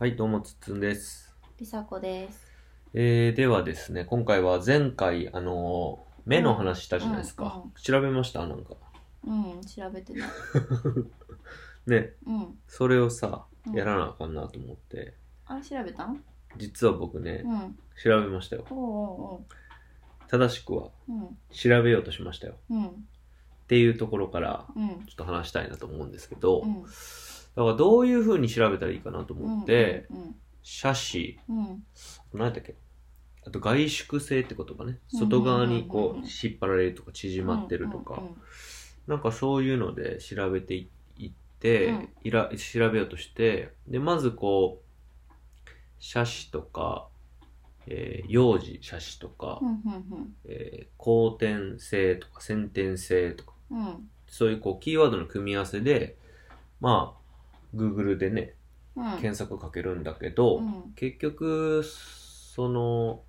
はい、どうもつっつんです。 りさこです。 ではですね、今回は前回、目の話したじゃないですか。調べましたなんか。 調べてない。 ね、 うん。 それをさ、 うんやらなあかんなと思って、 あれ調べたん？ 実は僕ね、 うん。 調べましたよ。 おうおう正しくは、 おう。うん。 調べようとしましたよ。 うん。 っていうところから、 うん。 ちょっと話したいなと思うんですけど、 うん。 だからどういう風に調べたらいいかなと思って、 うん。 斜視、 うん。 何やったっけ、あと外縮性って言葉ね。外側にこう引っ張られるとか縮まってるとか、なんかそういうので調べていって、調べようとして、で、まずこう、斜視とか、幼児斜視とか、後天性とか先天性とか、そういうこうキーワードの組み合わせで、まあ、Google でね、検索かけるんだけど、結局、その、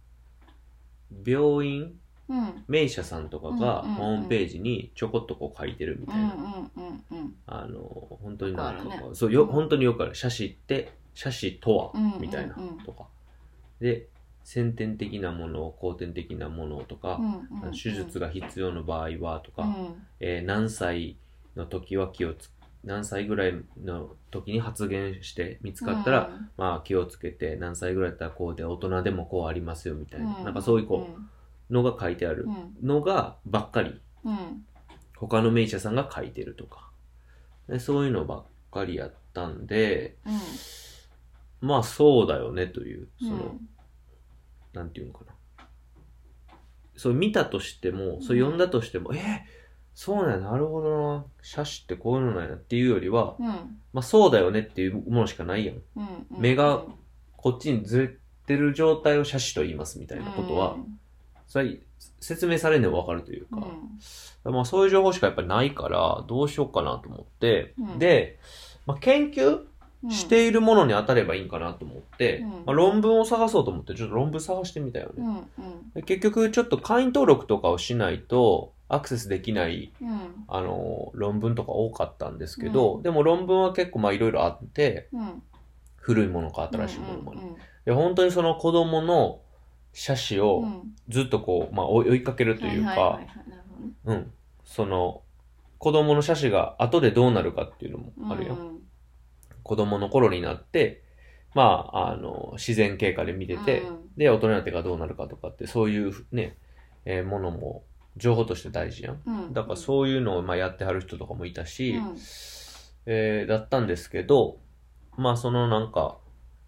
病院、名医者さんとかがホームページにちょこっとこう書いてるみたいな。本当になんかこう、そうよ、本当によくある。斜視とは、みたいなとか。で、先天的なもの、後天的なものとか、手術が必要な場合はとか、何歳の時は何歳ぐらいの時に発言して見つかったら、まあ気をつけて、何歳ぐらいだったらこうで、大人でもこうありますよみたいな、なんかそういうこう、のが書いてあるのがばっかり、他の名医者さんが書いてるとか、でそういうのばっかりやったんで、まあそうだよねという、その、なんていうのかな。そう見たとしても、そう読んだとしても、そうなんや、なるほどな。斜視ってこういうのなんやっていうよりは、まあそうだよねっていうものしかないやん。目がこっちにずれてる状態を斜視と言いますみたいなことは、それ説明されんでもわかるというか、まあそういう情報しかやっぱりないから、どうしようかなと思って、で、まあ研究しているものに当たればいいんかなと思って、まあ、論文を探そうと思ってちょっと論文探してみたよね。結局ちょっと会員登録とかをしないとアクセスできない、論文とか多かったんですけど、でも論文は結構まあいろいろあって、古いものか新しいものもね。で本当にその子供の斜視をずっとこう、まあ追いかけるというか、その子供の斜視が後でどうなるかっていうのもあるよ。子供の頃になって、まあ、自然経過で見てて、で、大人になってからどうなるかとかって、そういうね、ものも、情報として大事やん。だからそういうのを、まあ、やってはる人とかもいたし、だったんですけど、まあ、そのなんか、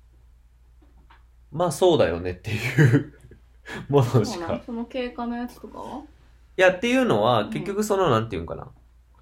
まあ、そうだよねっていうものしか。 その経過のやつとかは？ いや、っていうのは、結局その、なんていうんかな。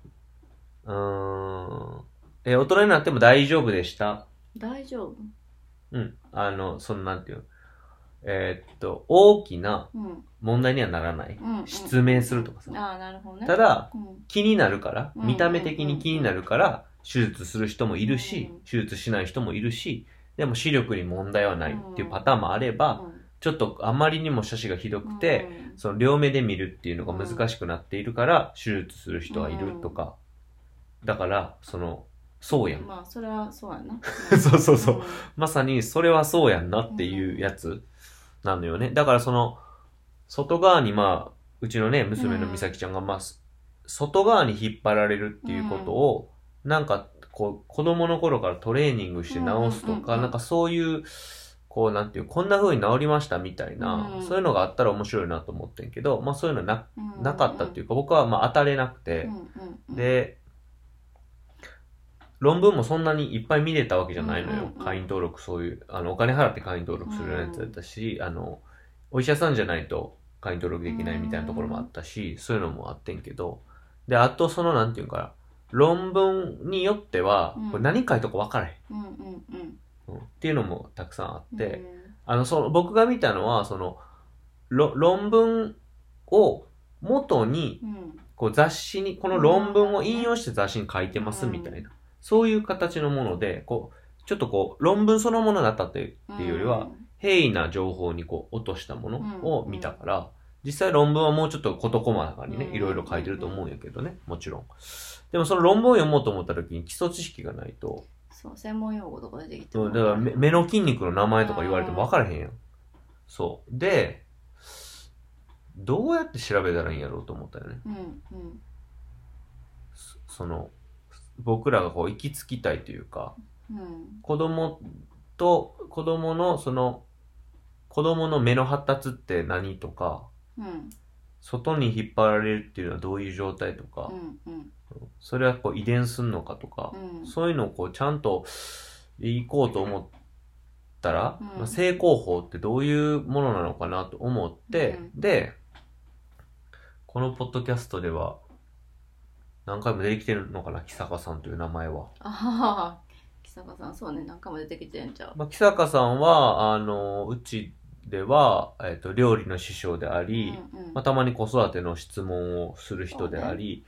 大人になっても大丈夫でした。 大丈夫？ そのなんていうの。大きな問題にはならない。失明するとかさ。 なるほどね。 ただ、気になるから、見た目的に気になるから、手術する人もいるし、手術しない人もいるし、でも視力に問題はないっていうパターンもあれば、ちょっとあまりにも斜視がひどくて、その両目で見るっていうのが難しくなっているから、手術する人はいるとか。だから、そうやん。 まあ、それはそうやな。 そうそうそう。まさに、それはそうやんなっていうやつなのよね。だから外側にまあ、うちのね、娘の美咲ちゃんがまあ、外側に引っ張られるっていうことを、なんか、こう、子供の頃からトレーニングして治すとか、なんかそういう、こう、なんていう、こんな風に治りましたみたいな、そういうのがあったら面白いなと思ってんけど、まあそういうのなかったっていうか、僕はまあ当たれなくて、で、論文もそんなにいっぱい見れたわけじゃないのよ。会員登録そういう、お金払って会員登録するやつだったし、お医者さんじゃないと会員登録できないみたいなところもあったし、そういうのもあってんけど、で、あとなんていうかな、論文によっては、これ何書いとか分からへん。っていうのもたくさんあって、僕が見たのは、論文を元に、こう雑誌に、この論文を引用して雑誌に書いてますみたいな。そういう形のもので、こう、ちょっとこう、論文そのものだったっていうよりは、平易な情報にこう、落としたものを見たから、実際論文はもうちょっと事細かにね、いろいろ書いてると思うんやけどね、もちろん。でもその論文を読もうと思った時に基礎知識がないと、 そう専門用語とか出てきてだから目の筋肉の名前とか言われても分からへんやん。そうでどうやって調べたらいいんやろうと思ったよね。その僕らがこう行き着きたいというか、子供のその子供の目の発達って何とか、外に引っ張られるっていうのはどういう状態とか、それはこう遺伝すんのかとか、そういうのをこうちゃんと行こうと思ったら、成功法ってどういうものなのかなと思って、でこのポッドキャストでは何回も出てきてるのかな、木坂さんという名前は。 木坂さん、そうね、何回も出てきてんちゃう。 木坂さんはうちでは、料理の師匠であり、たまに子育ての質問をする人であり、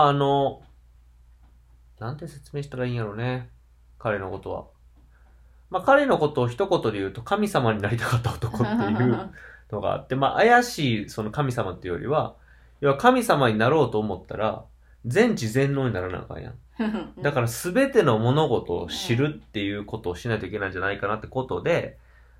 なんて説明したらいいんやろね、彼のことは。彼のことを一言で言うと神様になりたかった男っていうのがあって、怪しいその神様っていうよりは、要は神様になろうと思ったら全知全能にならなあかんやん。だから全ての物事を知るっていうことをしないといけないんじゃないかなってことで、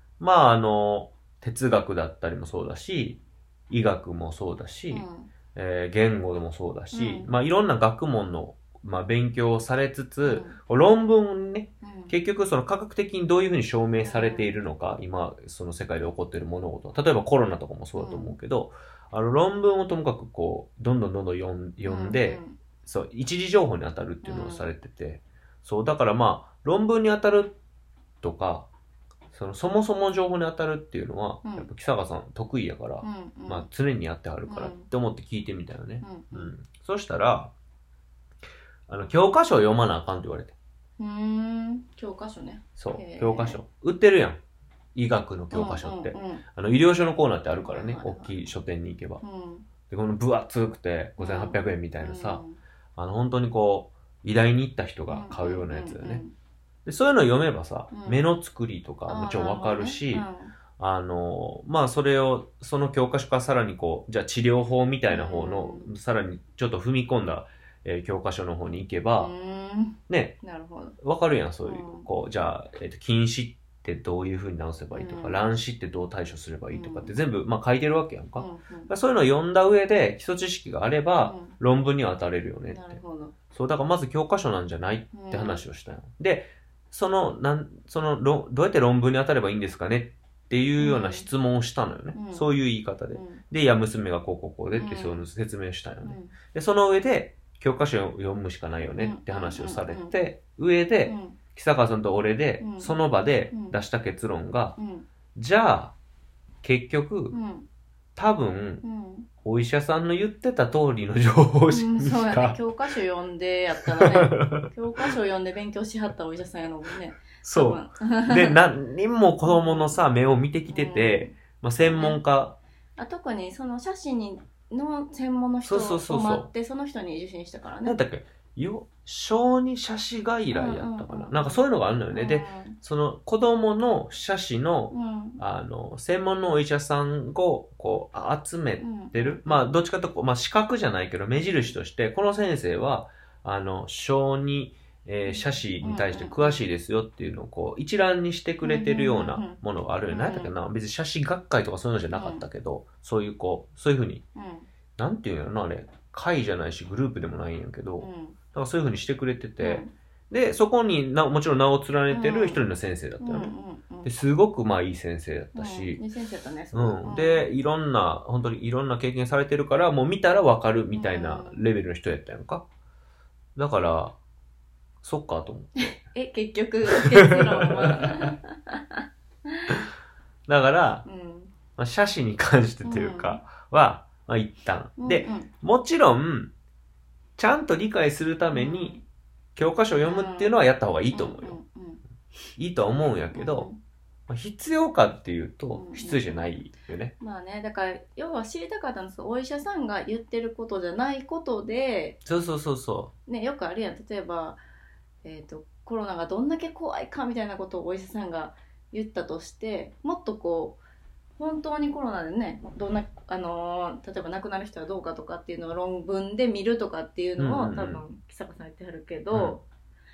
哲学だったりもそうだし、医学もそうだし、言語でもそうだし、いろんな学問の、勉強をされつつ、論文ね、結局その科学的にどういうふうに証明されているのか、今その世界で起こっている物事、例えばコロナとかもそうだと思うけど、論文をともかくこうどんどん読んで、そう一時情報に当たるっていうのをされてて、そうだから論文に当たるとか、そもそも情報に当たるっていうのは、やっぱ木坂さん得意やから、常にやってはるからって思って聞いてみたよね。そしたら教科書を読まなあかんって言われて。 教科書ね。 そう教科書売ってるやん、医学の教科書って。医療書のコーナーってあるからね、大きい書店に行けば。でこの分厚くて5800円みたいなさ、本当にこう医大に行った人が買うようなやつだよね。でそういうのを読めばさ、目の作りとかもちろんわかるし、それをその教科書からさらにこうじゃあ治療法みたいな方のさらにちょっと踏み込んだ、教科書の方に行けばね、 なるほど、 わかるやん、そういう、こうじゃあ、近視ってどういう風に治せばいいとか、乱視ってどう対処すればいいとかって全部書いてるわけやんか。そういうのを読んだ上で基礎知識があれば、論文には当たれるよねって。 なるほど。 そうだからまず教科書なんじゃないって話をしたよ。でどうやって論文に当たればいいんですかねっていうような質問をしたのよね。そういう言い方で。で、いや、娘がこうこうこうでってそういうのを説明したよね。で、その上で、教科書を読むしかないよねって話をされて、上で、木坂さんと俺で、その場で出した結論が、じゃあ、結局、多分、お医者さんの言ってた通りの情報しか、 そうやね、教科書読んでやったらね教科書読んで勉強しはったお医者さんやのもね。 そうで何人も子供のさ目を見てきてて、専門家、 特にその写真の専門の人を待ってその人に受診したからね。 なんだっけ、小児写真外来やったかな、なんかそういうのがあるのよね。でその子供の写真の、専門のお医者さんをこう集めてる、どっちかというと資格じゃないけど目印として、この先生は小児写真に対して詳しいですよっていうのをこう一覧にしてくれてるようなものがあるよね。何だっけな、別に写真学会とかそういうのじゃなかったけど、そういうそういうふうに、なんていうんやろな、あれ会じゃないしグループでもないんやけど、だからそういうふうにしてくれてて、でそこにもちろん名を連ねてる一人の先生だったよね。ですごくいい先生だったし、 いい先生だったね。 で本当にいろんな経験されてるから、もう見たらわかるみたいなレベルの人やったやんか。だからそっかと思って結局結論はだから、写真に関してというかは、一旦で、もちろんちゃんと理解するために教科書を読むっていうのはやった方がいいと思うよ。いいとは思うんやけど、必要かっていうと必要じゃないよね。 だから要は知りたかったんですけど、お医者さんが言ってることじゃないことで、 そうね、よくあるやん。例えばコロナがどんだけ怖いかみたいなことをお医者さんが言ったとして、もっとこう本当にコロナでね、どんな例えば亡くなる人はどうかとかっていうのを論文で見るとかっていうのを、多分木坂さん言ってはるけど、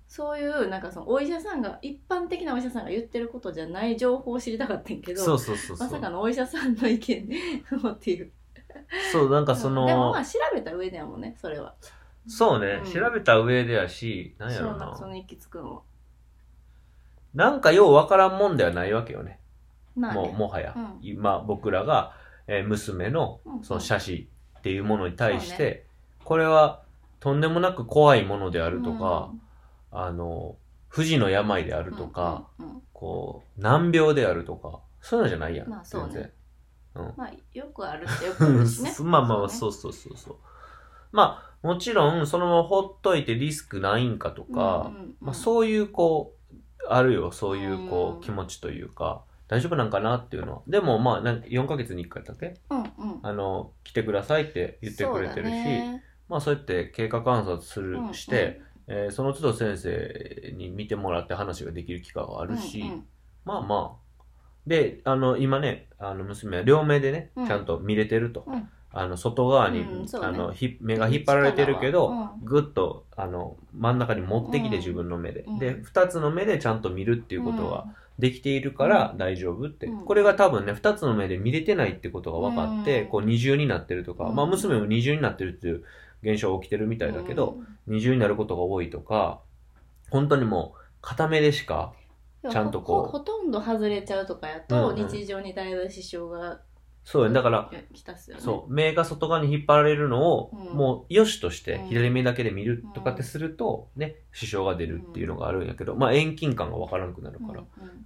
そういうなんかそのお医者さんが一般的なお医者さんが言ってることじゃない情報を知りたかったんけど、 そうそうそうそう、 まさかのお医者さんの意見でっていう。 そうなんかその、 でもまあ調べた上ではもんね、それは。 そうね、調べた上でやし、なんやろな、 その行き着くのはなんかようわからんもんではないわけよね。 ねもはや、今僕らが、娘のその斜視っていうものに対して、これはとんでもなく怖いものであるとか、不治の病であるとか、こう難病であるとか、そういうのじゃないやん、全然。 まあよくあるってよくあるしね。 まあそう。まあもちろんそのままほっといてリスクないんかとか、まあそういうこうあるよ、そういうこう気持ちというか、大丈夫なんかなっていうのは。でもまあ4ヶ月に1回だけ、来てくださいって言ってくれてるし、まあそうやって経過観察して、その都度先生に見てもらって話ができる機会があるし、まあで今ね娘は両目でね、ちゃんと見れてると、外側に、目が引っ張られてるけど、ぐっと真ん中に持ってきて自分の目で、で2つの目でちゃんと見るっていうことができているから大丈夫って、これが多分ね2つの目で見れてないってことが分かって、こう二重になってるとか、まあ娘も二重になってるっていう現象が起きてるみたいだけど、二重になることが多いとか、本当にもう片目でしかちゃんとこうほとんど外れちゃうとかやと、日常にだいぶ支障がそうや、だから、そう、目が外側に引っ張られるのを、もう、良しとして、左目だけで見るとかってすると、ね、支障が出るっていうのがあるんやけど、まあ、遠近感がわからなくなるから、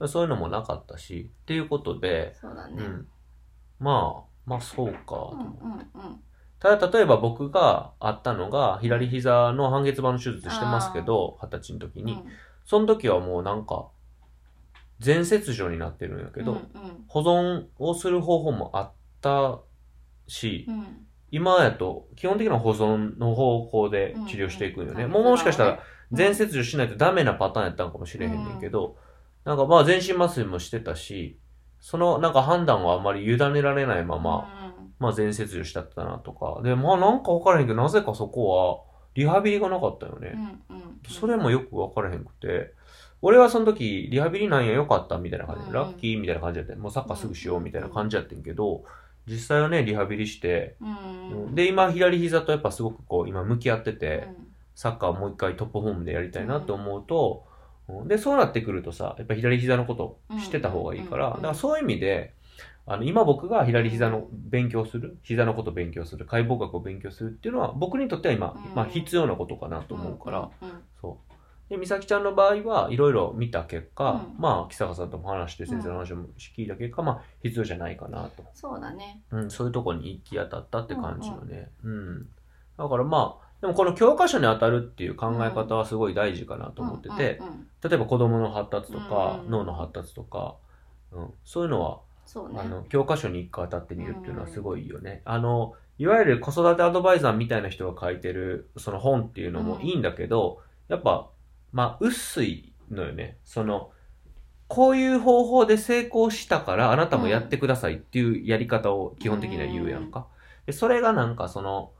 そういうのもなかったし、っていうことで、 そうだね。 まあ、そうか。ただ、例えば僕があったのが、左膝の半月板の手術してますけど、20歳の時に、その時はもうなんか、全切除になってるんやけど、保存をする方法もあったし、今やと基本的な保存の方向で治療していくんよね。もしかしたら全切除しないとダメなパターンやったのかもしれへんねんけど、なんかまあ全身麻酔もしてたし、そのなんか判断をあんまり委ねられないまま、まあ全切除しちゃったなとか。で、まあなんか分からへんけど、なぜかそこはリハビリがなかったよね。それもよく分からへんくて、俺はその時、リハビリなんやよかったみたいな感じで、ラッキーみたいな感じやったもうサッカーすぐしようみたいな感じやってんけど、実際はね、リハビリして、で、今、左膝とやっぱすごくこう、今向き合ってて、サッカーをもう一回トップフォームでやりたいなと思うと、で、そうなってくるとさ、やっぱ左膝のことしてた方がいいから、だからそういう意味で、今僕が左膝の勉強する、膝のことを勉強する、解剖学を勉強するっていうのは、僕にとっては今、まあ必要なことかなと思うから、そう。で、美咲ちゃんの場合はいろいろ見た結果、まあ、木坂さんとも話して、先生の話も聞いた結果、まあ、必要じゃないかなと。 そうだね。 そういうところに行き当たったって感じよね。だからまあ、でもこの教科書に当たるっていう考え方はすごい大事かなと思ってて、例えば子供の発達とか、脳の発達とか、そういうのは、教科書に一回当たってみるっていうのはすごいいいよね。いわゆる子育てアドバイザーみたいな人が書いてる、その本っていうのもいいんだけど、やっぱ、まあ、薄いのよね。こういう方法で成功したからあなたもやってくださいっていうやり方を基本的には言うやんか。で、それがなんか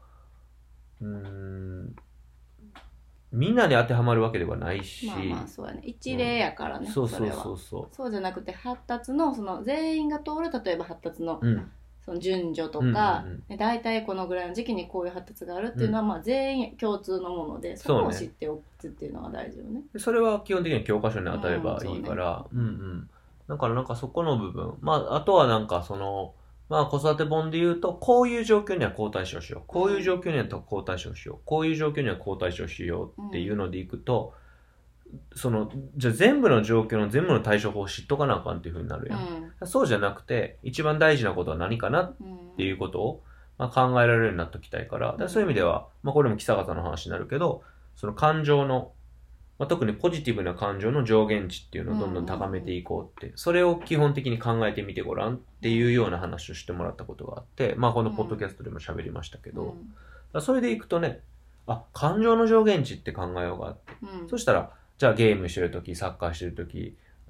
みんなに当てはまるわけではないし。 まあそうやね。一例やからね。 そう。 そうじゃなくて発達の、全員が通る、例えば発達の、その順序とか、大体このぐらいの時期にこういう発達があるっていうのは、まあ全員共通のもので、そこを知っておくっていうのが大事よね。 それは基本的に教科書に当たればいいから、だからなんかそこの部分、まああとはなんかまあ子育て本で言うと、こういう状況にはこう対処しよう。こういう状況にはこう対処しよう。こういう状況にはこう対処しようっていうのでいくと、じゃあ全部の状況の全部の対処法を知っとかなあかんっていう風になるやん。そうじゃなくて、一番大事なことは何かなっていうことを、まあ、考えられるようになっときたいから、そういう意味では、まあこれも木坂さんの話になるけど、その感情の、まあ、特にポジティブな感情の上限値っていうのをどんどん高めていこうって、それを基本的に考えてみてごらんっていうような話をしてもらったことがあって、まあこのポッドキャストでも喋りましたけど、それでいくとね、感情の上限値って考えようがあって、そしたら、じゃあゲームしてるとき、サッカーしてるとき、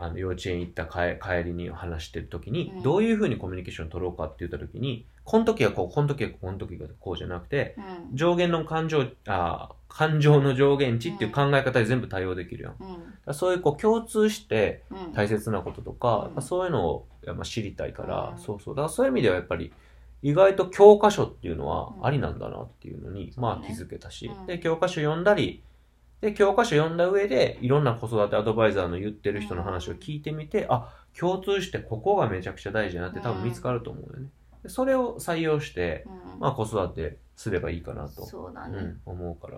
幼稚園行った帰りに話してる時に、 うん、 どういうふうにコミュニケーション取ろうかって言った時に、この時はこう、この時はこう、この時はこうじゃなくて、 うん、 上限の感情の上限値っていう考え方で全部対応できるやん。 うん、 そういうこう共通してうん、 大切なこととか、そういうのを知りたいから、そうそう。だからそういう意味ではやっぱり、意外と教科書っていうのはありなんだなっていうのに、まあ気づけたし、で、教科書読んだり、で、教科書読んだ上で、いろんな子育てアドバイザーの言ってる人の話を聞いてみて、共通してここがめちゃくちゃ大事だなって多分見つかると思うよね。でそれを採用して、まあ子育てすればいいかなと、 そうだね、 思うから。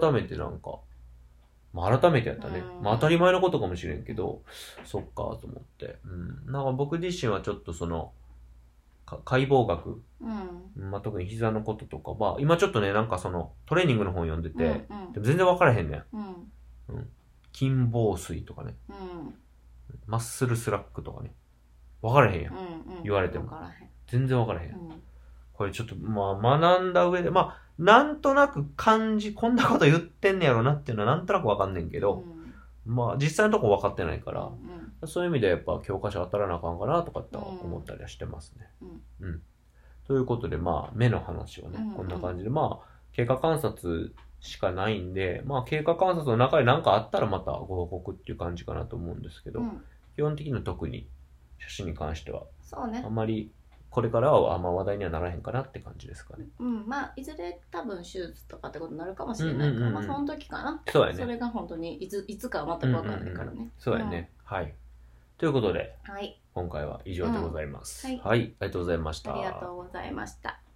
改めてなんか、まあ改めてやったね。まあ当たり前のことかもしれんけど、そっかと思って。なんか僕自身はちょっとその、解剖学、まあ、特に膝のこととかは、今ちょっとね、なんかそのトレーニングの本読んでて、でも全然分からへんねん。筋紡錘とかね、マッスルスラックとかね、分からへんやん。言われても。全然分からへん。これちょっとまあ学んだ上で、まあなんとなくこんなこと言ってんねやろなっていうのはなんとなく分かんねんけど、まあ実際のとこ分かってないから、そういう意味でやっぱ教科書当たらなあかんかなとかって思ったりはしてますね。ということでまあ目の話はね、こんな感じで、まあ経過観察しかないんで、まあ経過観察の中で何かあったらまたご報告っていう感じかなと思うんですけど、基本的には特に写真に関しては、あんまりこれからはあんま話題にはならへんかなって感じですかね。 まあいずれ多分手術とかってことになるかもしれないから、まあその時かな。 そうやね。 それが本当にいつかは全く分からないからね。 そうやね。はい。ということで、 はい、 今回は以上でございます。 はい、 ありがとうございました。 ありがとうございました。